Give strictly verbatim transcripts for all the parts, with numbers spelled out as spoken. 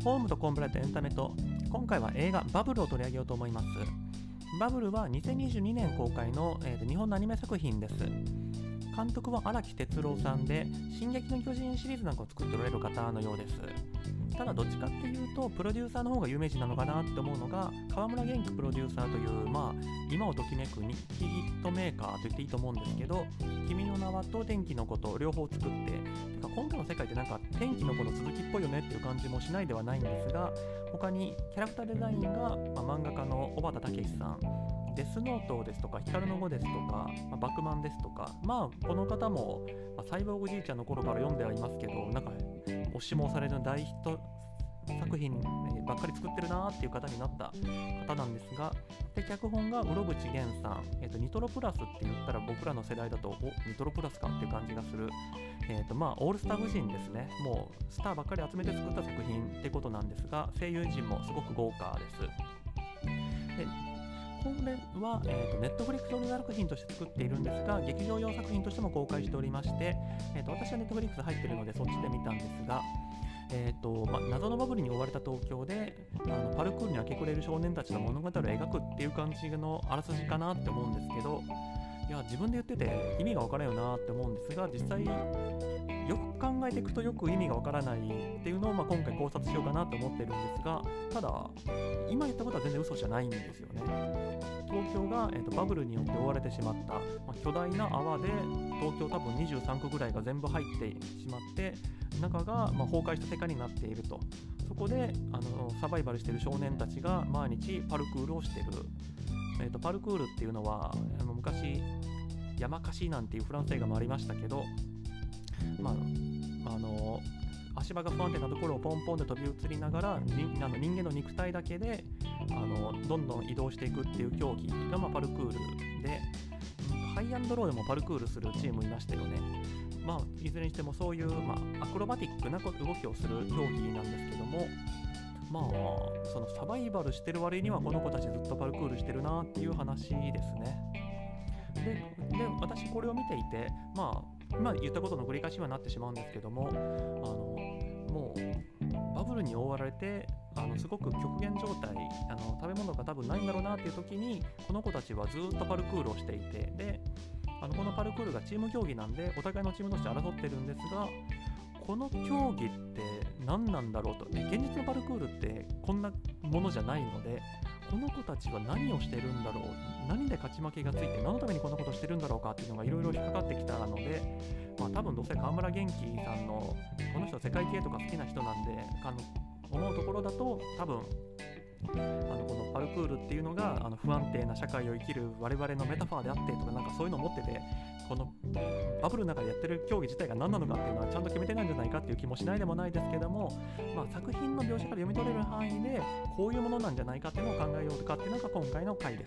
ホームとコンプライトエンタメと、今回は映画バブルを取り上げようと思います。バブルはにせんにじゅうにねん公開の、えー、と日本のアニメ作品です。監督は荒木哲郎さんで、進撃の巨人シリーズなんかを作っておられる方のようです。ただどっちかっていうとプロデューサーの方が有名人なのかなって思うのが、川村元気プロデューサーという、まあ今をときめく人気ヒットメーカーと言っていいと思うんですけど、君の名はと天気の子と両方作って、てか今回の世界ってなんか天気の子の続きっぽいよねっていう感じもしないではないんですが、他にキャラクターデザインが、まあ、漫画家の小畑武史さん、デスノートですとか光の碁ですとか、まあ、バックマンですとか、まあこの方も、まあ、サイボーグじいちゃんの頃から読んではいますけど、なんか押しもされる大ヒット作品ばっかり作ってるなーっていう方になった方なんですが、で脚本が室伏源さん、えーと、ニトロプラスって言ったら僕らの世代だとおニトロプラスかっていう感じがする、えーとまあ、オールスター夫人ですね。もうスターばっかり集めて作った作品ってことなんですが、声優陣もすごく豪華です。でこれは、えーと、ネットフリックスオリジナル作品として作っているんですが、劇場用作品としても公開しておりまして、えーと、私はネットフリックス入っているのでそっちで見たんですが、えーとま、謎のバブルに追われた東京であのパルクールに明け暮れる少年たちの物語を描くっていう感じのあらすじかなって思うんですけど、いや自分で言ってて意味がわからんよなって思うんですが、実際よく考えていくとよく意味がわからないっていうのを、まあ、今回考察しようかなと思ってるんですが、ただ今言ったことは全然嘘じゃないんですよね。東京が、えーと、バブルによって覆われてしまった、まあ、巨大な泡で東京多分にじゅうさんくぐらいが全部入ってしまって、中が、まあ、崩壊した世界になっていると。そこであのサバイバルしている少年たちが毎日パルクールをしている。えーと、パルクールっていうのはあの昔山かしなんていうフランス映画もありましたけど、まあ、あの足場が不安定なところをポンポンで飛び移りながら人あの人間の肉体だけであのどんどん移動していくっていう競技が、まあ、パルクールで、ハイアンドローでもパルクールするチームいましたよね。まあ、いずれにしてもそういう、まあ、アクロバティックな動きをする競技なんですけども、まあそのサバイバルしてる割にはこの子たちずっとパルクールしてるなっていう話ですね。で, で私これを見ていて、まあ今言ったことの繰り返しにはなってしまうんですけども、あのもうバブルに覆われてあのすごく極限状態、あの食べ物が多分ないんだろうなっていう時にこの子たちはずっとパルクールをしていて、であのこのパルクールがチーム競技なんでお互いのチームとして争ってるんですが、この競技って何なんだろうと、現実のパルクールってこんなものじゃないので、この子たちは何をしてるんだろう、何で勝ち負けがついて何のためにこんなことしてるんだろうかっていうのがいろいろ引っかかってきたので、まあ、多分どうせ川村元気さんのこの人世界系とか好きな人なんであの思うところだと、多分あのこのパルクールっていうのがあの不安定な社会を生きる我々のメタファーであってとか、なんかそういうのを持ってて、このバブルの中でやってる競技自体が何なのかっていうのはちゃんと決めてないんじゃないかっていう気もしないでもないですけども、まあ、作品の描写から読み取れる範囲でこういうものなんじゃないかっていうのを考えようかっていうのが今回の回です。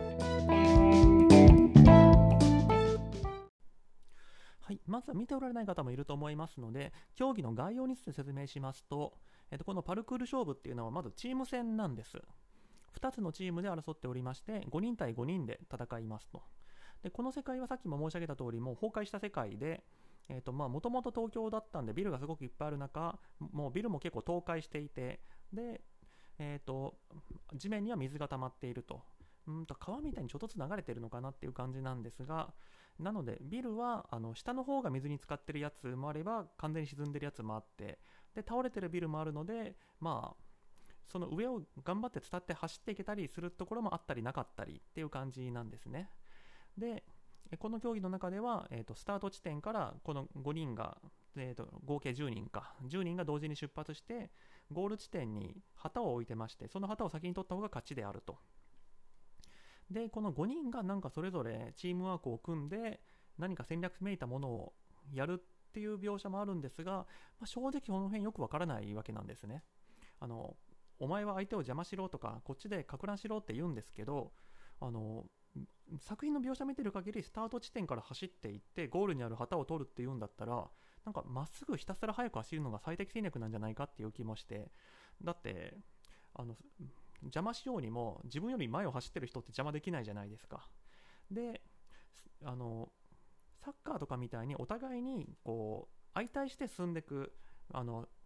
はい、まずは見ておられない方もいると思いますので、競技の概要について説明しますと、えっと、このパルクール勝負っていうのはまずチーム戦なんです。ふたつのチームで争っておりまして、ごにん対ごにんで戦いますと。でこの世界はさっきも申し上げた通り、もう崩壊した世界で、えーとまあ、もともと東京だったんでビルがすごくいっぱいある中、もうビルも結構倒壊していて、で、えーと地面には水が溜まっていると。うんと川みたいにちょっとずつ流れているのかなっていう感じなんですが、なのでビルはあの下の方が水に浸かってるやつもあれば完全に沈んでるやつもあって、で倒れてるビルもあるので、まあその上を頑張って伝って走っていけたりするところもあったりなかったりっていう感じなんですね。でこの競技の中では、えーと、スタート地点からこのごにんが、えーと、合計じゅうにんかじゅうにんが同時に出発してゴール地点に旗を置いてまして、その旗を先に取った方が勝ちであると。でこのごにんがなんかそれぞれチームワークを組んで何か戦略めいたものをやるっていう描写もあるんですが、まあ、正直この辺よくわからないわけなんですね。あのお前は相手を邪魔しろとかこっちでか乱しろって言うんですけど、あの作品の描写見てる限りスタート地点から走っていってゴールにある旗を取るっていうんだったら、なんかまっすぐひたすら速く走るのが最適戦略なんじゃないかっていう気もして、だってあの邪魔しようにも自分より前を走ってる人って邪魔できないじゃないですか。であのサッカーとかみたいにお互いにこう相対して進んでいく、あの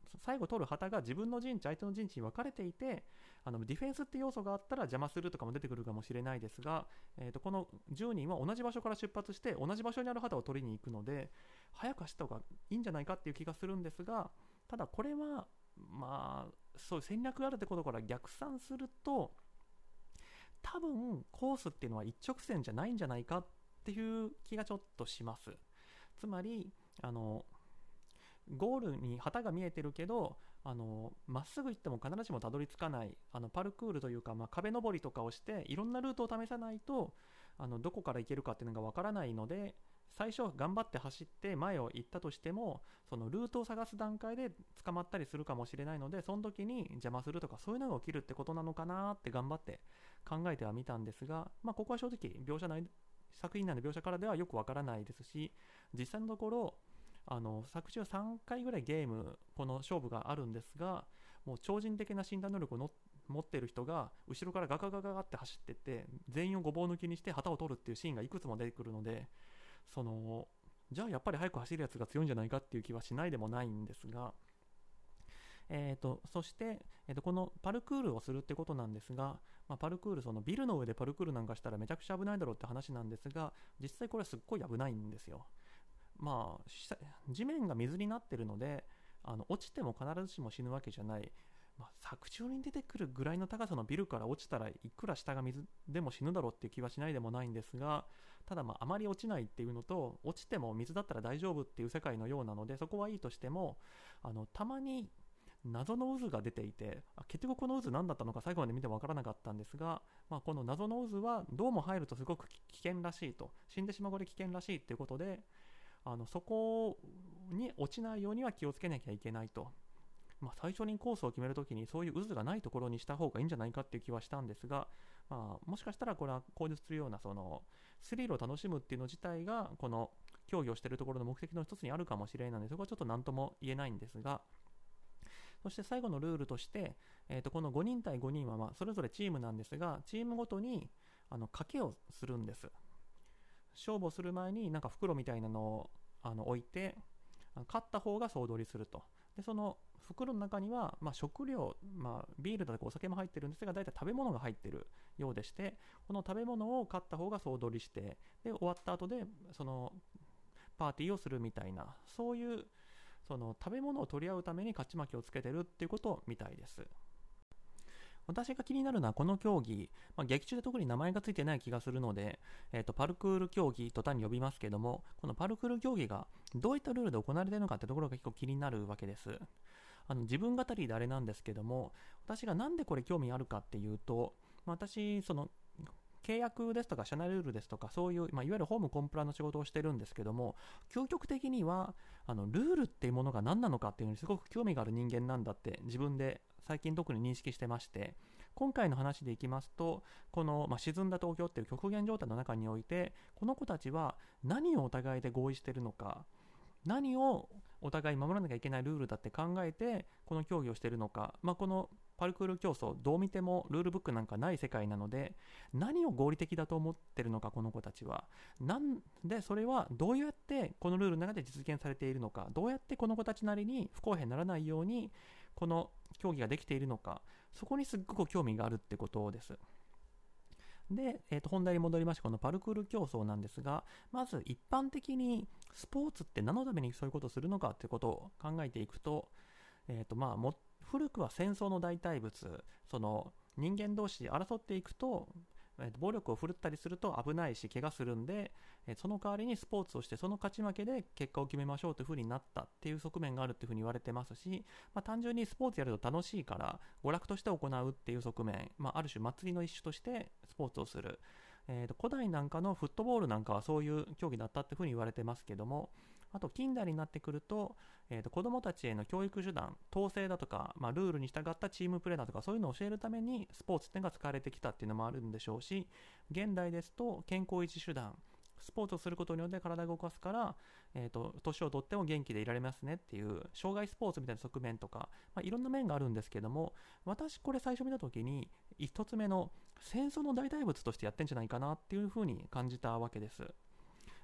最後取る旗が自分の陣地相手の陣地に分かれていて、あのディフェンスって要素があったら邪魔するとかも出てくるかもしれないですが、えー、とこのじゅうにんは同じ場所から出発して同じ場所にある旗を取りに行くので、早く走った方がいいんじゃないかっていう気がするんですが、ただこれはまあそういう戦略があるってことから逆算すると、多分コースっていうのは一直線じゃないんじゃないかっていう気がちょっとします。つまりあのゴールに旗が見えてるけど、あのまっすぐ行っても必ずしもたどり着かない、あのパルクールというか、まあ、壁登りとかをしていろんなルートを試さないと、あのどこから行けるかっていうのがわからないので、最初頑張って走って前を行ったとしても、そのルートを探す段階で捕まったりするかもしれないので、その時に邪魔するとかそういうのが起きるってことなのかなって頑張って考えてはみたんですが、まあ、ここは正直描写内作品内の描写からではよくわからないですし、実際のところあの作中さんかいぐらいゲームこの勝負があるんですが、もう超人的な身体能力をの持っている人が後ろからガガガガガって走ってって全員をごぼう抜きにして旗を取るっていうシーンがいくつも出てくるので、そのじゃあやっぱり速く走るやつが強いんじゃないかっていう気はしないでもないんですが、えー、とそして、えー、とこのパルクールをするってことなんですが、まあ、パルクール、そのビルの上でパルクールなんかしたらめちゃくちゃ危ないだろうって話なんですが、実際これすっごい危ないんですよ。まあ、地面が水になってるので、あの落ちても必ずしも死ぬわけじゃない、まあ、作中に出てくるぐらいの高さのビルから落ちたらいくら下が水でも死ぬだろうっていう気はしないでもないんですが、ただまああまり落ちないっていうのと、落ちても水だったら大丈夫っていう世界のようなので、そこはいいとしても、あのたまに謎の渦が出ていて、結局この渦何だったのか最後まで見ても分からなかったんですが、まあ、この謎の渦はどうも入るとすごく危険らしいと、死んでしまうぐらい危険らしいっていうことで、あのそこに落ちないようには気をつけなきゃいけないと、まあ、最初にコースを決めるときにそういう渦がないところにした方がいいんじゃないかっていう気はしたんですが、まあ、もしかしたらこれは口述するようなそのスリルを楽しむっていうの自体がこの競技をしているところの目的の一つにあるかもしれないので、そこはちょっと何とも言えないんですが、そして最後のルールとして、えー、とこのごにん対ごにんはまあそれぞれチームなんですが、チームごとにあの賭けをするんです。勝負をする前になんか袋みたいなのをあの置いて、勝った方が総取りすると。でその袋の中には、まあ、食料、まあ、ビールだとかお酒も入ってるんですが、大体食べ物が入ってるようでして、この食べ物を勝った方が総取りして、で終わった後でそのパーティーをするみたいな、そういうその食べ物を取り合うために勝ち負けをつけてるっていうことみたいです。私が気になるのはこの競技、まあ、劇中で特に名前がついてない気がするので、えー、とパルクール競技と単に呼びますけども、このパルクール競技がどういったルールで行われているのかってところが結構気になるわけです。あの自分語りであれなんですけども、私がなんでこれ興味あるかっていうと、まあ、私その契約ですとか社内ルールですとか、そういう、まあ、いわゆるホームコンプラの仕事をしてるんですけども、究極的にはあのルールっていうものが何なのかっていうのにすごく興味がある人間なんだって自分で最近特に認識してまして、今回の話でいきますと、この、まあ、沈んだ東京っていう極限状態の中において、この子たちは何をお互いで合意しているのか、何をお互い守らなきゃいけないルールだって考えてこの競技をしているのか、まあ、このパルクール競争、どう見てもルールブックなんかない世界なので、何を合理的だと思ってるのかこの子たちは、なんでそれはどうやってこのルールの中で実現されているのか、どうやってこの子たちなりに不公平にならないようにこの競技ができているのか、そこにすっごく興味があるってことです。で、えー、と本題に戻りまして、このパルクール競争なんですが、まず一般的にスポーツって何のためにそういうことをするのかということを考えていくと、えーとまあ、も古くは戦争の代替物、その人間同士争っていくと、えー、と暴力を振るったりすると危ないし怪我するんで、えー、その代わりにスポーツをしてその勝ち負けで結果を決めましょうというふうになったっていう側面があるっていうふうに言われてますし、まあ、単純にスポーツやると楽しいから娯楽として行うっていう側面、まあ、ある種祭りの一種としてスポーツをする、えー、と古代なんかのフットボールなんかはそういう競技だったっていうふうに言われてますけども、あと近代になってくると、えー、と子どもたちへの教育手段、統制だとか、まあ、ルールに従ったチームプレーだとか、そういうのを教えるためにスポーツっていうのが使われてきたっていうのもあるんでしょうし、現代ですと健康維持手段、スポーツをすることによって体を動かすから、えー、と年をとっても元気でいられますねっていう障害スポーツみたいな側面とか、まあ、いろんな面があるんですけども、私これ最初見たときに一つ目の戦争の代替物としてやってんじゃないかなっていうふうに感じたわけです。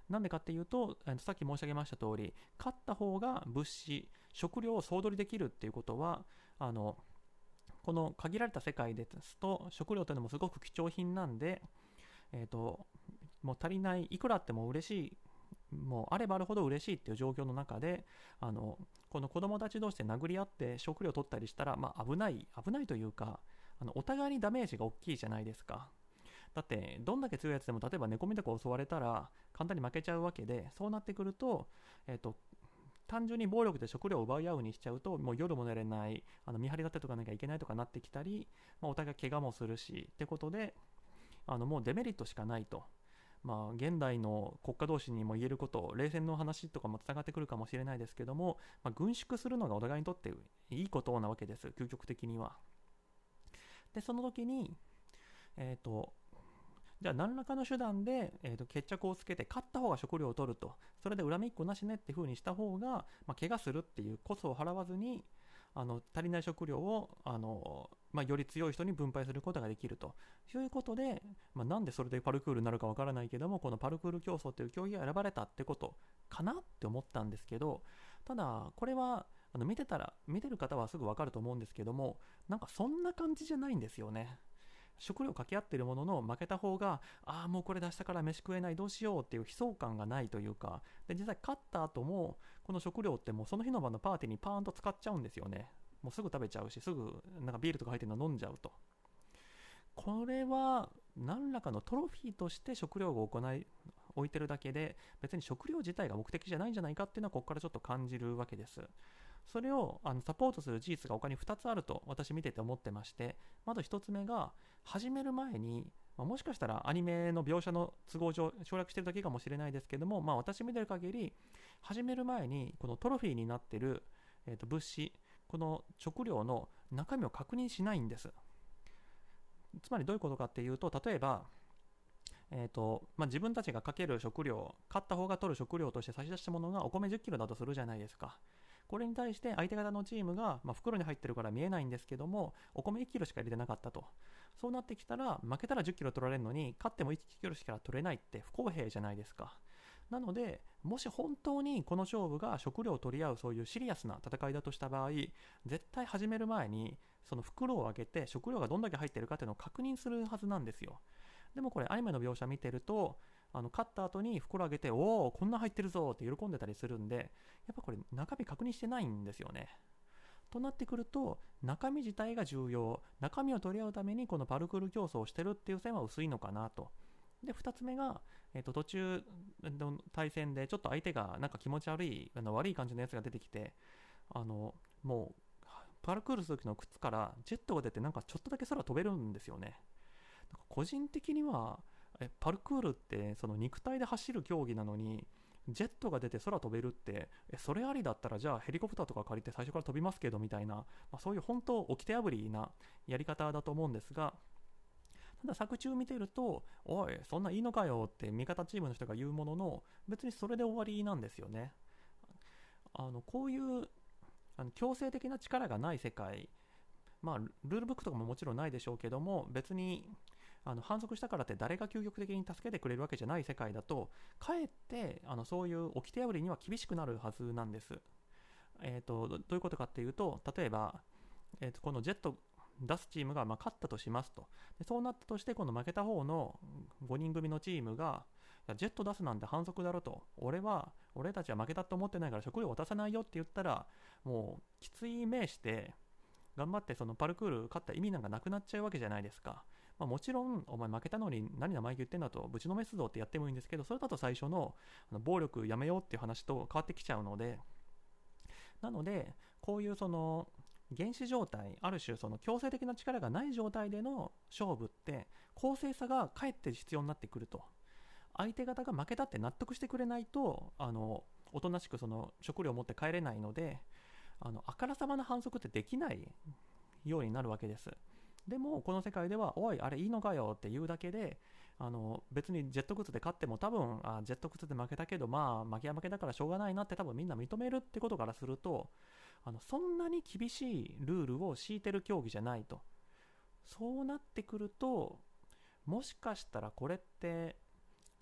なんでかっていうと、えーさっき申し上げました通り、勝った方が物資、食料を総取りできるっていうことは、あのこの限られた世界ですと食料というのもすごく貴重品なんで、えーと、もう足りない、いくらあっても嬉しい、もうあればあるほど嬉しいっていう状況の中で、あのこの子供たち同士で殴り合って食料を取ったりしたら、まあ、危ない危ないというか、あのお互いにダメージが大きいじゃないですか。だってどんだけ強いやつでも例えば猫みたく襲われたら簡単に負けちゃうわけで、そうなってくると、えっ、と単純に暴力で食料を奪い合うにしちゃうと、もう夜も寝れない、あの見張り立てとかなきゃいけないとかなってきたり、まあ、お互い怪我もするしってことで、あのもうデメリットしかないと。まあ、現代の国家同士にも言えること、冷戦の話とかもつながってくるかもしれないですけども、まあ、軍縮するのがお互いにとっていいことなわけです、究極的には。で、その時に、えっ、ー、と、じゃあ何らかの手段で、えー、と決着をつけて勝った方が食料を取ると、それで恨みっこなしねっていう風にした方が、まあ、怪我するっていうコストを払わずに、あの足りない食料をあの、まあ、より強い人に分配することができるということで、まあ、なんでそれでパルクールになるかわからないけども、このパルクール競争という競技が選ばれたってことかなって思ったんですけど、ただこれはあの見てたら見てる方はすぐわかると思うんですけども、なんかそんな感じじゃないんですよね。食料掛け合ってるものの、負けた方が、ああもうこれ出したから飯食えない、どうしようっていう悲壮感がないというか、で実際勝った後もこの食料ってもうその日の晩のパーティーにパーンと使っちゃうんですよね。もうすぐ食べちゃうし、すぐなんかビールとか入ってるの飲んじゃうと。これは何らかのトロフィーとして食料を行い置いてるだけで、別に食料自体が目的じゃないんじゃないかっていうのはここからちょっと感じるわけです。それをあのサポートする事実が他にふたつあると私見てて思ってまして、まずひとつめが始める前に、まあ、もしかしたらアニメの描写の都合上省略してるだけかもしれないですけども、まあ、私見てる限り始める前にこのトロフィーになってる、えー、と物資、この食料の中身を確認しないんです。つまりどういうことかっていうと、例えばえーとまあ、自分たちがかける食料、勝った方が取る食料として差し出したものがお米じゅっキロだとするじゃないですか。これに対して相手方のチームが、まあ、袋に入ってるから見えないんですけども、お米いちキロしか入れてなかったと。そうなってきたら、負けたらじゅっキロ取られるのに、勝ってもいちキロしか取れないって不公平じゃないですか。なので、もし本当にこの勝負が食料を取り合うそういうシリアスな戦いだとした場合、絶対始める前にその袋を開けて食料がどんだけ入ってるかっていうのを確認するはずなんですよ。でもこれアニメの描写見てると、あの勝った後に袋を開けて、おおこんな入ってるぞって喜んでたりするんで、やっぱこれ中身確認してないんですよね。となってくると、中身自体が重要、中身を取り合うためにこのパルクール競争をしてるっていう線は薄いのかなと。でふたつめが、えー、と途中の対戦でちょっと相手がなんか気持ち悪い、あの悪い感じのやつが出てきて、あのもうパルクールする時の靴からジェットが出て、なんかちょっとだけ空飛べるんですよね。個人的にはえパルクールってその肉体で走る競技なのに、ジェットが出て空飛べるって、えそれありだったらじゃあヘリコプターとか借りて最初から飛びますけどみたいな、まあ、そういう本当掟破りなやり方だと思うんですが、ただ作中見てると、おいそんないいのかよって味方チームの人が言うものの、別にそれで終わりなんですよね。あのこういうあの強制的な力がない世界、まあルールブックとかももちろんないでしょうけども、別にあの反則したからって誰が究極的に助けてくれるわけじゃない世界だと、かえってあのそういう掟破りには厳しくなるはずなんです。えーと、どういうことかっていうと、例えば、えーとこのジェット出すチームがまあ勝ったとしますと。でそうなったとして、この負けた方のごにん組のチームが、いやジェット出すなんて反則だろと、俺は俺たちは負けたと思ってないから食料を渡さないよって言ったら、もうきつい目して頑張ってそのパルクール勝った意味なんかなくなっちゃうわけじゃないですか。まあ、もちろんお前負けたのに何生意気言ってんだとぶちのめすぞってやってもいいんですけど、それだと最初のあの暴力やめようっていう話と変わってきちゃうので、なのでこういうその原始状態、ある種その強制的な力がない状態での勝負って公正さがかえって必要になってくると。相手方が負けたって納得してくれないと、あのおとなしくその食料を持って帰れないので、あのあからさまな反則ってできないようになるわけです。でもこの世界では、おいあれいいのかよって言うだけで、あの別にジェット靴で勝っても多分、あジェット靴で負けたけど、まあ負けは負けだからしょうがないなって多分みんな認めるってことからすると、あのそんなに厳しいルールを敷いてる競技じゃないと。そうなってくると、もしかしたらこれって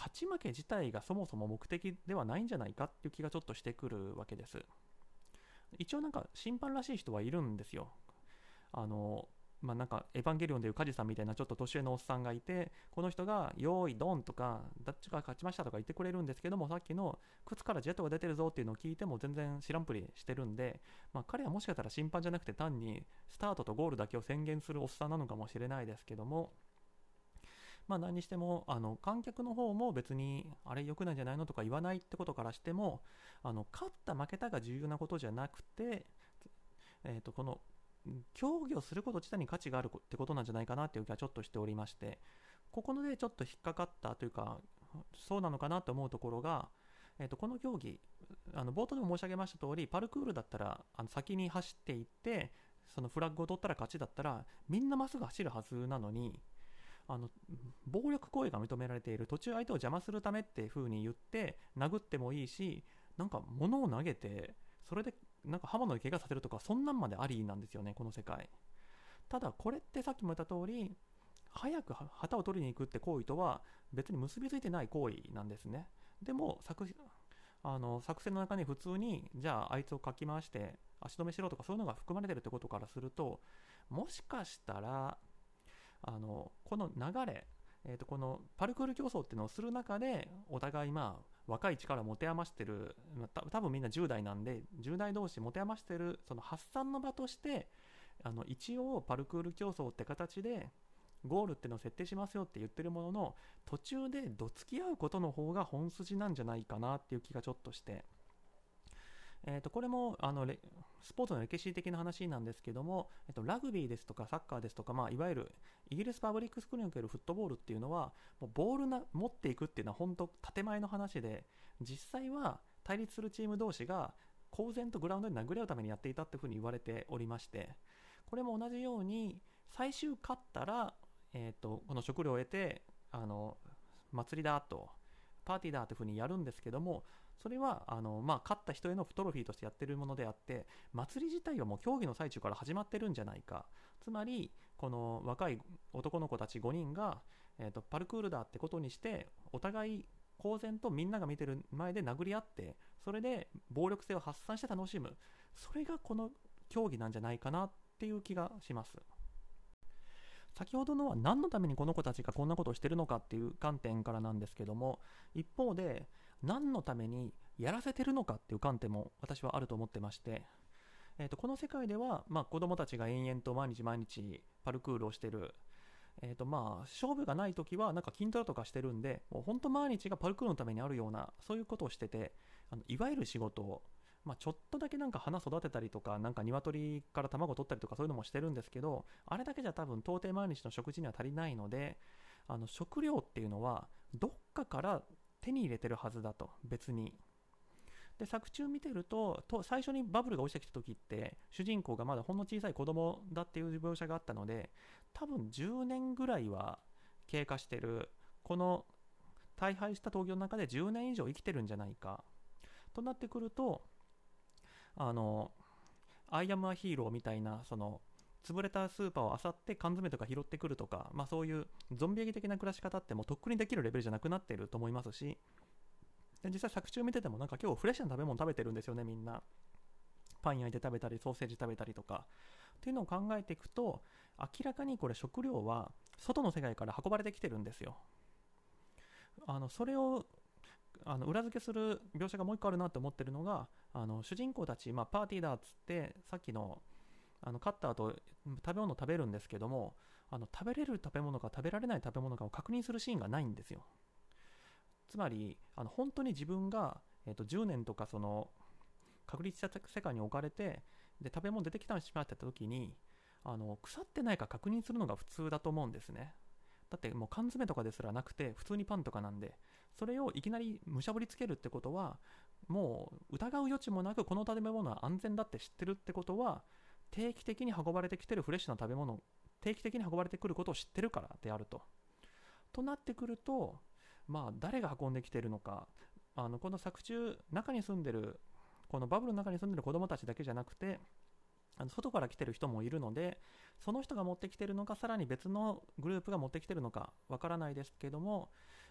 勝ち負け自体がそもそも目的ではないんじゃないかっていう気がちょっとしてくるわけです。一応なんか審判らしい人はいるんですよ。あのまあ、なんかエヴァンゲリオンでいう梶さんみたいなちょっと年上のおっさんがいて、この人が用意ドンとかどっちが勝ちましたとか言ってくれるんですけども、さっきの靴からジェットが出てるぞっていうのを聞いても全然知らんぷりしてるんで、まあ、彼はもしかしたら審判じゃなくて単にスタートとゴールだけを宣言するおっさんなのかもしれないですけども、まあ、何にしてもあの観客の方も別にあれ良くないんじゃないのとか言わないってことからしても、あの勝った負けたが重要なことじゃなくて、えー、とこの競技をすること自体に価値があるってことなんじゃないかなっていう気はちょっとしておりまして、ここでちょっと引っかかったというか、そうなのかなと思うところが、えー、とこの競技、あの冒頭でも申し上げました通り、パルクールだったらあの先に走っていってそのフラッグを取ったら勝ちだったらみんなまっすぐ走るはずなのに、あの暴力行為が認められている、途中相手を邪魔するためっていう風に言って殴ってもいいし、なんか物を投げてそれでなんか刃物で怪我させるとか、そんなんまでありなんですよね、この世界。ただこれってさっきも言った通り、早く旗を取りに行くって行為とは別に結びついてない行為なんですね。でも作あの作戦の中に普通にじゃああいつをかき回して足止めしろとかそういうのが含まれてるってことからすると、もしかしたらあのこの流れ、えー、とこのパルクール競争っていうのをする中でお互いまあ若い力を持て余してる、た多分みんなじゅう代なんでじゅう代同士持て余してるその発散の場として、あの一応パルクール競争って形でゴールっていうのを設定しますよって言ってるものの、途中でどつき合うことの方が本筋なんじゃないかなっていう気がちょっとして、えー、とこれもあのスポーツの歴史的な話なんですけども、えっと、ラグビーですとかサッカーですとか、まあ、いわゆるイギリスパブリックスクールにおけるフットボールっていうのは、もうボールな持っていくっていうのは本当建前の話で、実際は対立するチーム同士が公然とグラウンドで殴り合うためにやっていたっていうふうに言われておりまして、これも同じように最終勝ったら、えー、とこの食料を得てあの祭りだとパーティーだというふうにやるんですけども、それはあの、まあ、勝った人へのトロフィーとしてやってるものであって、祭り自体はもう競技の最中から始まってるんじゃないか。つまりこの若い男の子たちごにんが、えー、とパルクールだってことにしてお互い公然とみんなが見てる前で殴り合って、それで暴力性を発散して楽しむ、それがこの競技なんじゃないかなっていう気がします。先ほどのは何のためにこの子たちがこんなことをしてるのかっていう観点からなんですけども、一方で何のためにやらせてるのかっていう観点も私はあると思ってまして、えー、とこの世界では、まあ、子供たちが延々と毎日毎日パルクールをしてる、えーとまあ、勝負がない時はなんか筋トレとかしてるんで、もう本当毎日がパルクールのためにあるような、そういうことをしてて、あのいわゆる仕事を、まあ、ちょっとだけなんか花育てたりとか、なんか鶏から卵取ったりとかそういうのもしてるんですけど、あれだけじゃ多分到底毎日の食事には足りないので、あの食料っていうのはどっかから手に入れてるはずだと、別に。で作中見てる と, と最初にバブルが落ちてきた時って主人公がまだほんの小さい子供だっていう描写があったので、多分じゅうねんぐらいは経過してる、この大敗した東京の中でじゅうねん以上生きてるんじゃないかとなってくると、あのアイアムアヒーローみたいな、その潰れたスーパーを漁って缶詰とか拾ってくるとか、まあ、そういうゾンビ劇的な暮らし方ってもうとっくにできるレベルじゃなくなっていると思いますし、で実際作中見ててもなんか今日フレッシュな食べ物食べてるんですよね、みんな。パン焼いて食べたりソーセージ食べたりとかっていうのを考えていくと、明らかにこれ食料は外の世界から運ばれてきてるんですよ。あのそれをあの裏付けする描写がもう一個あるなと思ってるのが、あの主人公たち、まあ、パーティーだっつってさっきのあの勝った後食べ物を食べるんですけども、あの食べれる食べ物か食べられない食べ物かを確認するシーンがないんですよ。つまりあの本当に自分が、えー、とじゅうねんとかその確立した世界に置かれて、で食べ物出てきたしまってた時に、あの腐ってないか確認するのが普通だと思うんですね。だってもう缶詰とかですらなくて普通にパンとかなんで、それをいきなりむしゃぶりつけるってことは、もう疑う余地もなくこの食べ物は安全だって知ってるってことは、定期的に運ばれてきてるフレッシュな食べ物、定期的に運ばれてくることを知ってるからであると。となってくると、まあ誰が運んできてるのか、あのこの作中中に住んでる、このバブルの中に住んでる子供たちだけじゃなくて、あの外から来てる人もいるので、その人が持ってきてるのか、さらに別のグループが持ってきてるのかわからないですけども、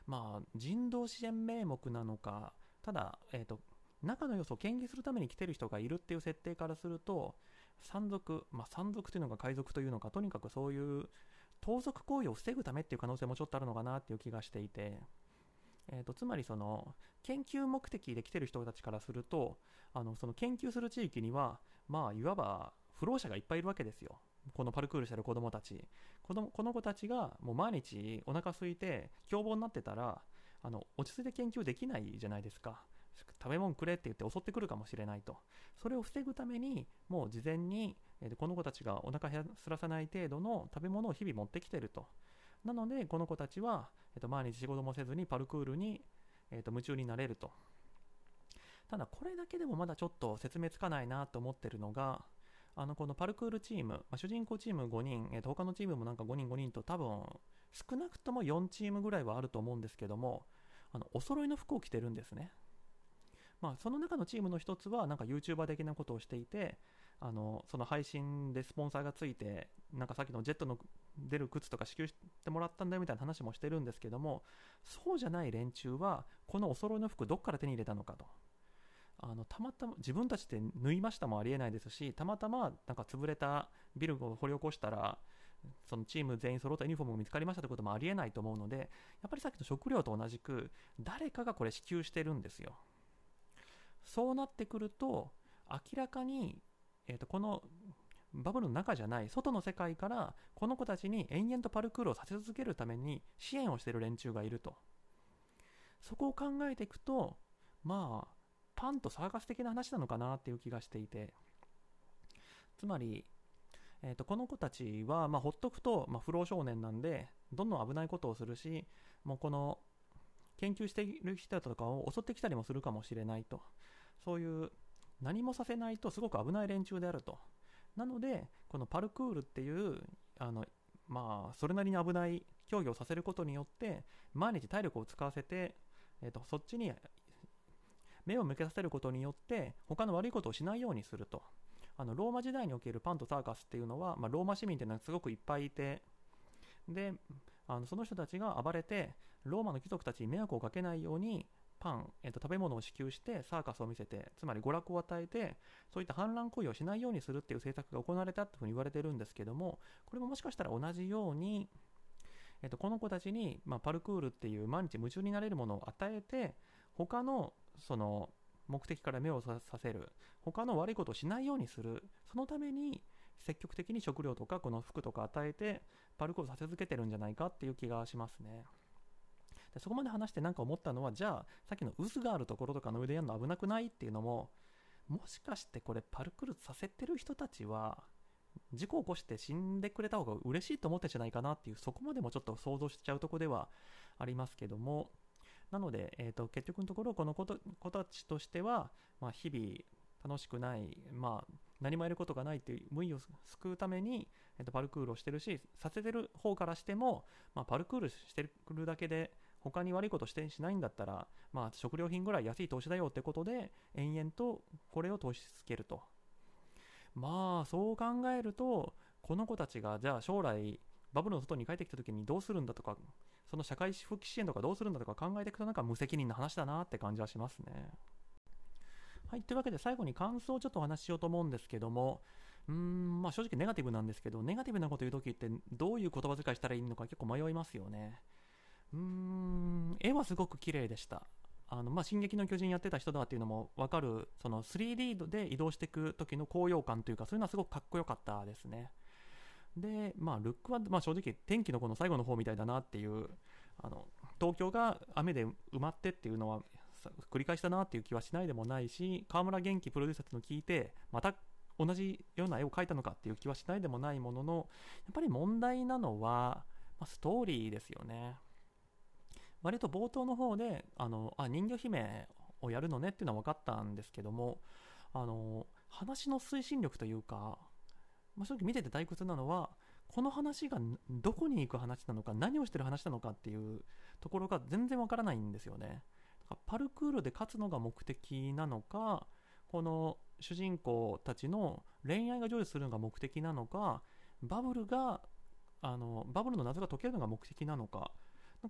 まあ人道支援名目なのか、ただ、えーと、中の要素を研究するために来てる人がいるっていう設定からすると、山賊、まあ山賊というのか海賊というのか、とにかくそういう盗賊行為を防ぐためっていう可能性もちょっとあるのかなっていう気がしていて、えーと、つまりその研究目的で来てる人たちからすると、あのその研究する地域には、まあいわば不老者がいっぱいいるわけですよ。このパルクールしてる子供たち、子供この子たちがもう毎日お腹空いて凶暴になってたら、あの落ち着いて研究できないじゃないですか。食べ物くれって言って襲ってくるかもしれないと。それを防ぐためにもう事前に、えー、この子たちがお腹減らさない程度の食べ物を日々持ってきてると。なのでこの子たちは、えー、と毎日仕事もせずにパルクールに、えー、と夢中になれると。ただこれだけでもまだちょっと説明つかないなと思ってるのが、あのこのパルクールチーム、まあ、主人公チームごにん、えー、と他のチームもなんかごにんごにんと多分少なくともよんチームぐらいはあると思うんですけども、あのお揃いの服を着てるんですね。まあ、その中のチームの一つはなんか YouTuber 的なことをしていて、あのその配信でスポンサーがついて、なんかさっきのジェットの出る靴とか支給してもらったんだよみたいな話もしてるんですけども、そうじゃない連中はこのお揃いの服どっから手に入れたのかと。あのたまたま自分たちで縫いましたもありえないですし、たまたまなんか潰れたビルを掘り起こしたらそのチーム全員揃ったユニフォームが見つかりましたということもありえないと思うので、やっぱりさっきの食料と同じく誰かがこれ支給してるんですよ。そうなってくると明らかに、えーと、このバブルの中じゃない外の世界からこの子たちに延々とパルクールをさせ続けるために支援をしている連中がいると。そこを考えていくと、まあパンとサーカス的な話なのかなっていう気がしていて、つまり、えーと、この子たちは、まあ、ほっとくと、まあ、不老少年なんでどんどん危ないことをするし、もうこの研究している人とかを襲ってきたりもするかもしれないと。そういう何もさせないとすごく危ない連中であると。なのでこのパルクールっていうあのまあそれなりに危ない競技をさせることによって毎日体力を使わせて、えーと、そっちに目を向けさせることによって他の悪いことをしないようにすると。あのローマ時代におけるパンとサーカスっていうのは、まあ、ローマ市民っていうのはすごくいっぱいいて、であのその人たちが暴れてローマの貴族たちに迷惑をかけないようにパン、えー、と食べ物を支給してサーカスを見せて、つまり娯楽を与えてそういった反乱行為をしないようにするっていう政策が行われたというふうに言われてるんですけども、これももしかしたら同じように、えー、とこの子たちに、まあ、パルクールっていう毎日夢中になれるものを与えて他のその目的から目をさせる、他の悪いことをしないようにする、そのために積極的に食料とかこの服とか与えてパルクールさせ続けてるんじゃないかっていう気がしますね。でそこまで話してなんか思ったのは、じゃあさっきの渦があるところとかの上でやるの危なくないっていうのも、もしかしてこれパルクールさせてる人たちは事故を起こして死んでくれた方が嬉しいと思ってんじゃないかなっていう、そこまでもちょっと想像しちゃうところではありますけども、なので、えー、と結局のところこの子たちとしては、まあ、日々楽しくない、まあ、何もやることがないっていう無意を救うために、えー、とパルクールをしてるし、させてる方からしても、まあ、パルクールしてるだけで他に悪いことしてしないんだったら、まあ、食料品ぐらい安い投資だよってことで延々とこれを投資つけると。まあそう考えるとこの子たちがじゃあ将来バブルの外に帰ってきた時にどうするんだとか、その社会復帰支援とかどうするんだとか考えていくと、なんか無責任な話だなって感じはしますね。はい、というわけで最後に感想をちょっとお話ししようと思うんですけども、うーんまあ正直ネガティブなんですけど、ネガティブなこと言う時ってどういう言葉遣いしたらいいのか結構迷いますよね。うーん絵はすごく綺麗でした。あのまあ、進撃の巨人やってた人だっていうのも分かる、その スリーディー で移動していく時の高揚感というか、そういうのはすごくかっこよかったですね。で、まあ、ルックは、まあ、正直天気のこの最後の方みたいだなっていう、あの東京が雨で埋まってっていうのは繰り返したなっていう気はしないでもないし、川村元気プロデューサーっていうのを聞いてまた同じような絵を描いたのかっていう気はしないでもないものの、やっぱり問題なのは、まあ、ストーリーですよね。割と冒頭の方であのあ人魚姫をやるのねっていうのは分かったんですけども、あの話の推進力というか、まあ、正直見てて退屈なのは、この話がどこに行く話なのか、何をしてる話なのかっていうところが全然わからないんですよね。だからパルクールで勝つのが目的なのか、この主人公たちの恋愛が成就するのが目的なのか、バブルがあのバブルの謎が解けるのが目的なのか、なんか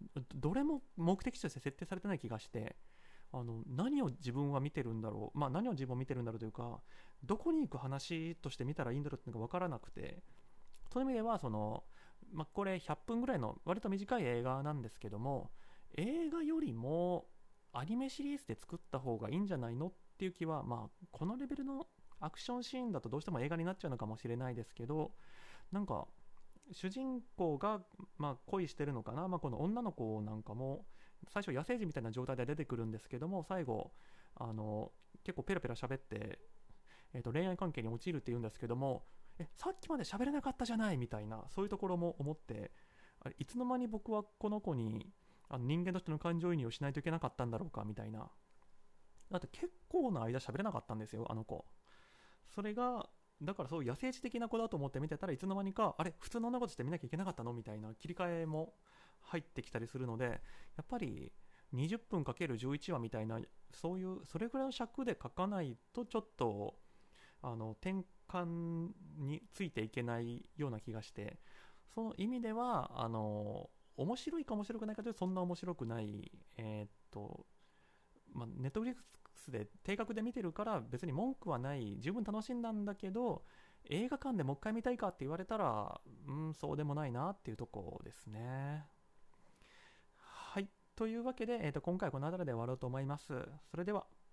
どれも目的として設定されてない気がして、あの何を自分は見てるんだろう、まあ何を自分は見てるんだろうというか、どこに行く話として見たらいいんだろうっていうのが分からなくて、そういう意味ではその、まあ、これひゃっぷんぐらいの割と短い映画なんですけども、映画よりもアニメシリーズで作った方がいいんじゃないのっていう気は、まあこのレベルのアクションシーンだとどうしても映画になっちゃうのかもしれないですけど、なんか主人公がまあ恋してるのかな、まあ、この女の子なんかも最初野生児みたいな状態で出てくるんですけども、最後あの結構ペラペラ喋って、えー、と恋愛関係に陥るっていうんですけども、えさっきまで喋れなかったじゃないみたいな、そういうところも思って、あれいつの間に僕はこの子にあの人間としての感情移入をしないといけなかったんだろうかみたいな。だって結構な間喋れなかったんですよ、あの子。それがだからそういう野生児的な子だと思って見てたら、いつの間にかあれ普通の女の子として見なきゃいけなかったのみたいな切り替えも入ってきたりするので、やっぱりにじゅっぷん ×じゅういち 話みたいな、そういうそれぐらいの尺で書かないとちょっとあの転換についていけないような気がして、その意味ではあの面白いか面白くないかというとそんな面白くない、えーっとまあ、ネットフリックスで定額で見てるから別に文句はない、十分楽しんだんだけど、映画館でもう一回見たいかって言われたら、うん、そうでもないなっていうところですね。はい、というわけで、えーと今回はこの辺りで終わろうと思います。それでは。